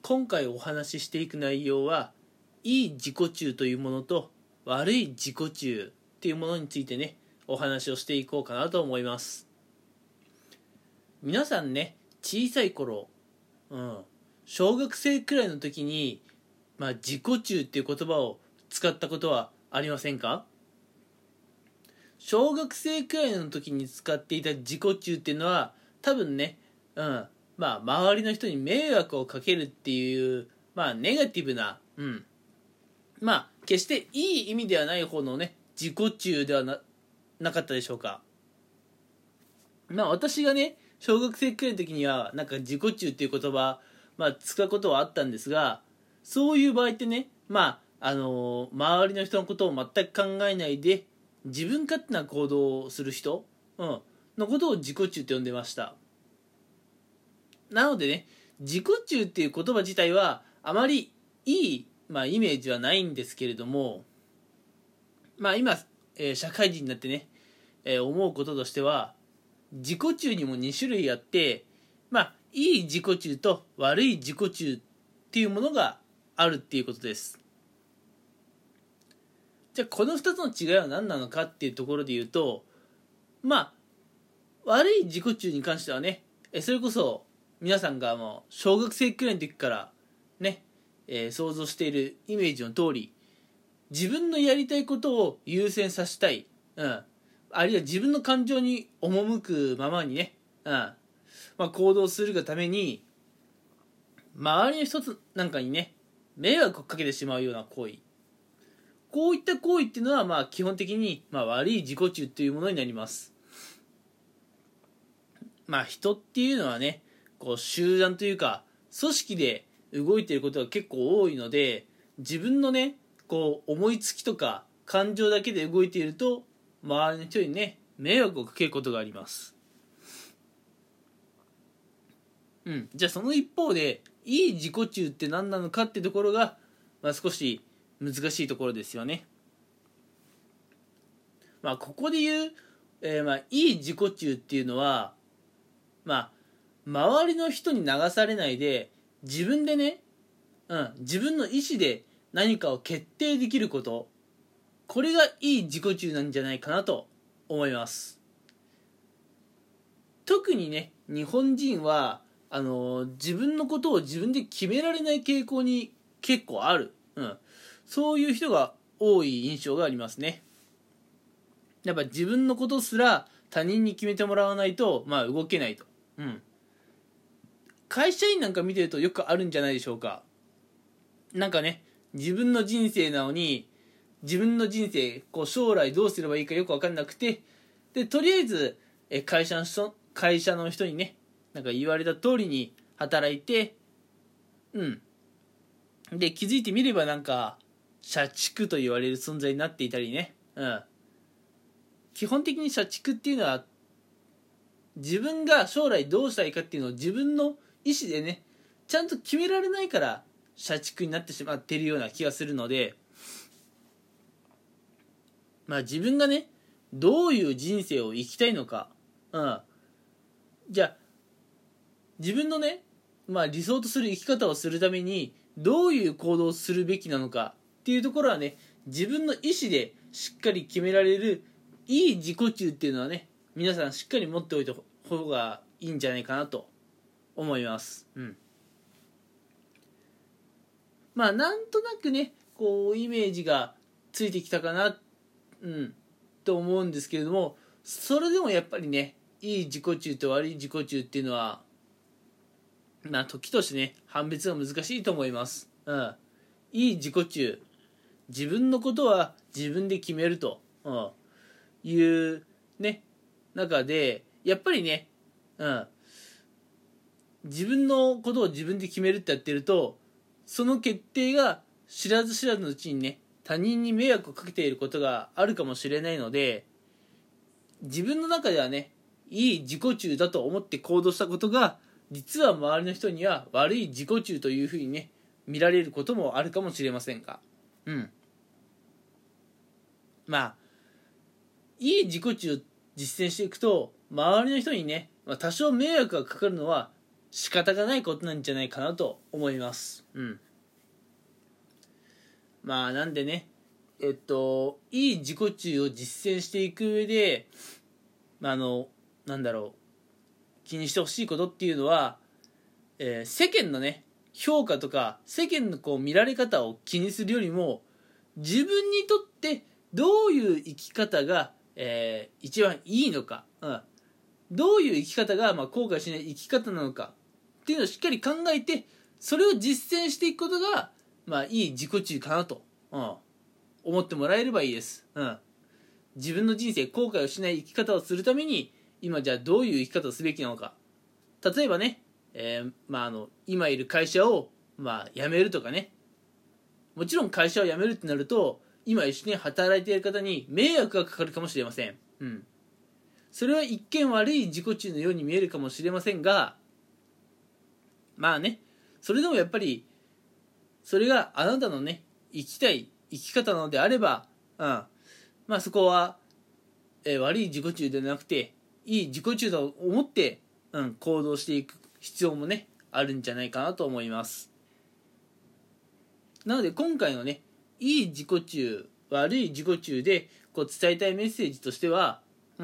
今回お話ししていく内容は、いい自己中というものと悪い自己中っていうものについてね、お話をしていこうかなと思います。皆さんね、小さい頃、小学生くらいの時に、自己中っていう言葉を使ったことはありませんか？小学生くらいの時に使っていた自己中っていうのは、多分ね、周りの人に迷惑をかけるっていう、ネガティブな、決していい意味ではない方のね、自己中ではなかったでしょうか。私がね、小学生くらいの時には、自己中っていう言葉、使うことはあったんですが、そういう場合ってね、周りの人のことを全く考えないで、自分勝手な行動をする人、のことを自己中って呼んでました。なのでね、自己中っていう言葉自体はあまりいい、イメージはないんですけれども、今、社会人になってね、思うこととしては、自己中にも2種類あって、いい自己中と悪い自己中っていうものがあるっていうことです。じゃあこの2つの違いは何なのかっていうところで言うと、悪い自己中に関してはね、それこそ皆さんがもう小学生くらいの時からね、想像しているイメージの通り、自分のやりたいことを優先させたい、あるいは自分の感情に赴くままにね、行動するがために周りの一つなんかにね迷惑をかけてしまうような行為、こういった行為っていうのは基本的に悪い自己中っていうものになります。人っていうのはね、こう集団というか組織で動いていることが結構多いので、自分のねこう思いつきとか感情だけで動いていると周りの人にね迷惑をかけることがあります。じゃあその一方でいい自己中って何なのかってところが、少し難しいところですよね。ここで言う、いい自己中っていうのは、周りの人に流されないで自分でね、自分の意思で何かを決定できること、これがいい自己中なんじゃないかなと思います。特にね、日本人は自分のことを自分で決められない傾向に結構ある、そういう人が多い印象がありますね。やっぱ自分のことすら他人に決めてもらわないと、動けないと、会社員なんか見てるとよくあるんじゃないでしょうか。自分の人生なのに、自分の人生将来どうすればいいかよく分かんなくて、でとりあえず会社の人にね言われた通りに働いて、で気づいてみれば社畜と言われる存在になっていたりね、基本的に社畜っていうのは自分が将来どうしたいかっていうのを自分の意思でねちゃんと決められないから社畜になってしまっているような気がするので、自分がねどういう人生を生きたいのか、じゃあ自分のね、理想とする生き方をするためにどういう行動をするべきなのかっていうところはね、自分の意思でしっかり決められるいい自己中っていうのはね、皆さんしっかり持っておいた方がいいんじゃないかなと思います。なんとなくねイメージがついてきたかな、と思うんですけれども、それでもやっぱりね、いい自己中と悪い自己中っていうのは時としてね判別が難しいと思います。いい自己中、自分のことは自分で決めると、いうね中でやっぱりね、自分のことを自分で決めるってやってると、その決定が知らず知らずのうちにね他人に迷惑をかけていることがあるかもしれないので、自分の中ではねいい自己中だと思って行動したことが実は周りの人には悪い自己中というふうにね見られることもあるかもしれませんが、いい自己中を実践していくと周りの人にね、多少迷惑がかかるのは仕方がないことなんじゃないかなと思います。まあなんでね、いい自己中を実践していく上で、なんだろう、気にしてほしいことっていうのは、世間のね評価とか世間のこう見られ方を気にするよりも、自分にとってどういう生き方が、一番いいのか、どういう生き方が、後悔しない生き方なのかっていうのをしっかり考えて、それを実践していくことが、いい自己中かなと、思ってもらえればいいです。自分の人生後悔をしない生き方をするために、今じゃあどういう生き方をすべきなのか。例えばね、今いる会社を、辞めるとかね。もちろん会社を辞めるってなると、今一緒に働いている方に迷惑がかかるかもしれません。それは一見悪い自己中のように見えるかもしれませんが、それでもやっぱりそれがあなたのね生きたい生き方なのであれば、そこは、悪い自己中ではなくていい自己中だと思って、行動していく必要もねあるんじゃないかなと思います。なので今回のね、いい自己中悪い自己中でこう伝えたいメッセージとしては、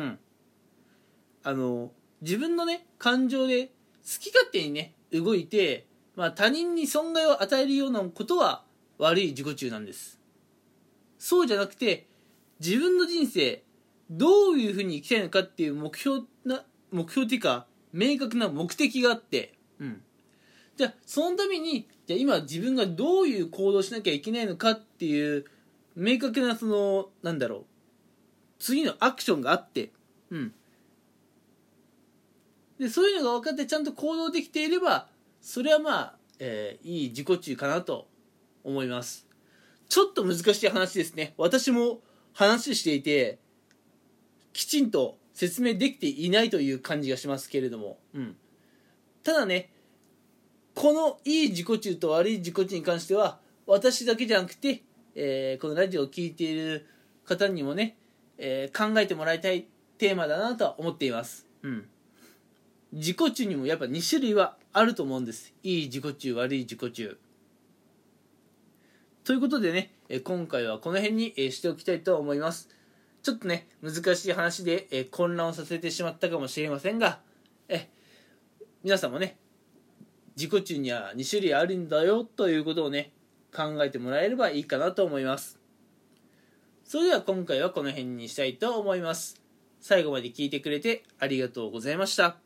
自分のね感情で好き勝手にね動いて、他人に損害を与えるようなことは悪い自己中なんです。そうじゃなくて、自分の人生どういうふうに生きたいのかっていう目標っていうか明確な目的があって、じゃあそのために今自分がどういう行動をしなきゃいけないのかっていう明確な次のアクションがあって、でそういうのが分かってちゃんと行動できていれば、それはいい自己中かなと思います。ちょっと難しい話ですね。私も話していてきちんと説明できていないという感じがしますけれども、ただね、このいい自己中と悪い自己中に関しては私だけじゃなくて、このラジオを聴いている方にもね、考えてもらいたいテーマだなとは思っています。自己中にもやっぱ2種類はあると思うんです。いい自己中悪い自己中ということでね、今回はこの辺にしておきたいと思います。ちょっとね難しい話で混乱をさせてしまったかもしれませんが、皆さんもね自己中には2種類あるんだよということをね考えてもらえればいいかなと思います。それでは今回はこの辺にしたいと思います。最後まで聞いてくれてありがとうございました。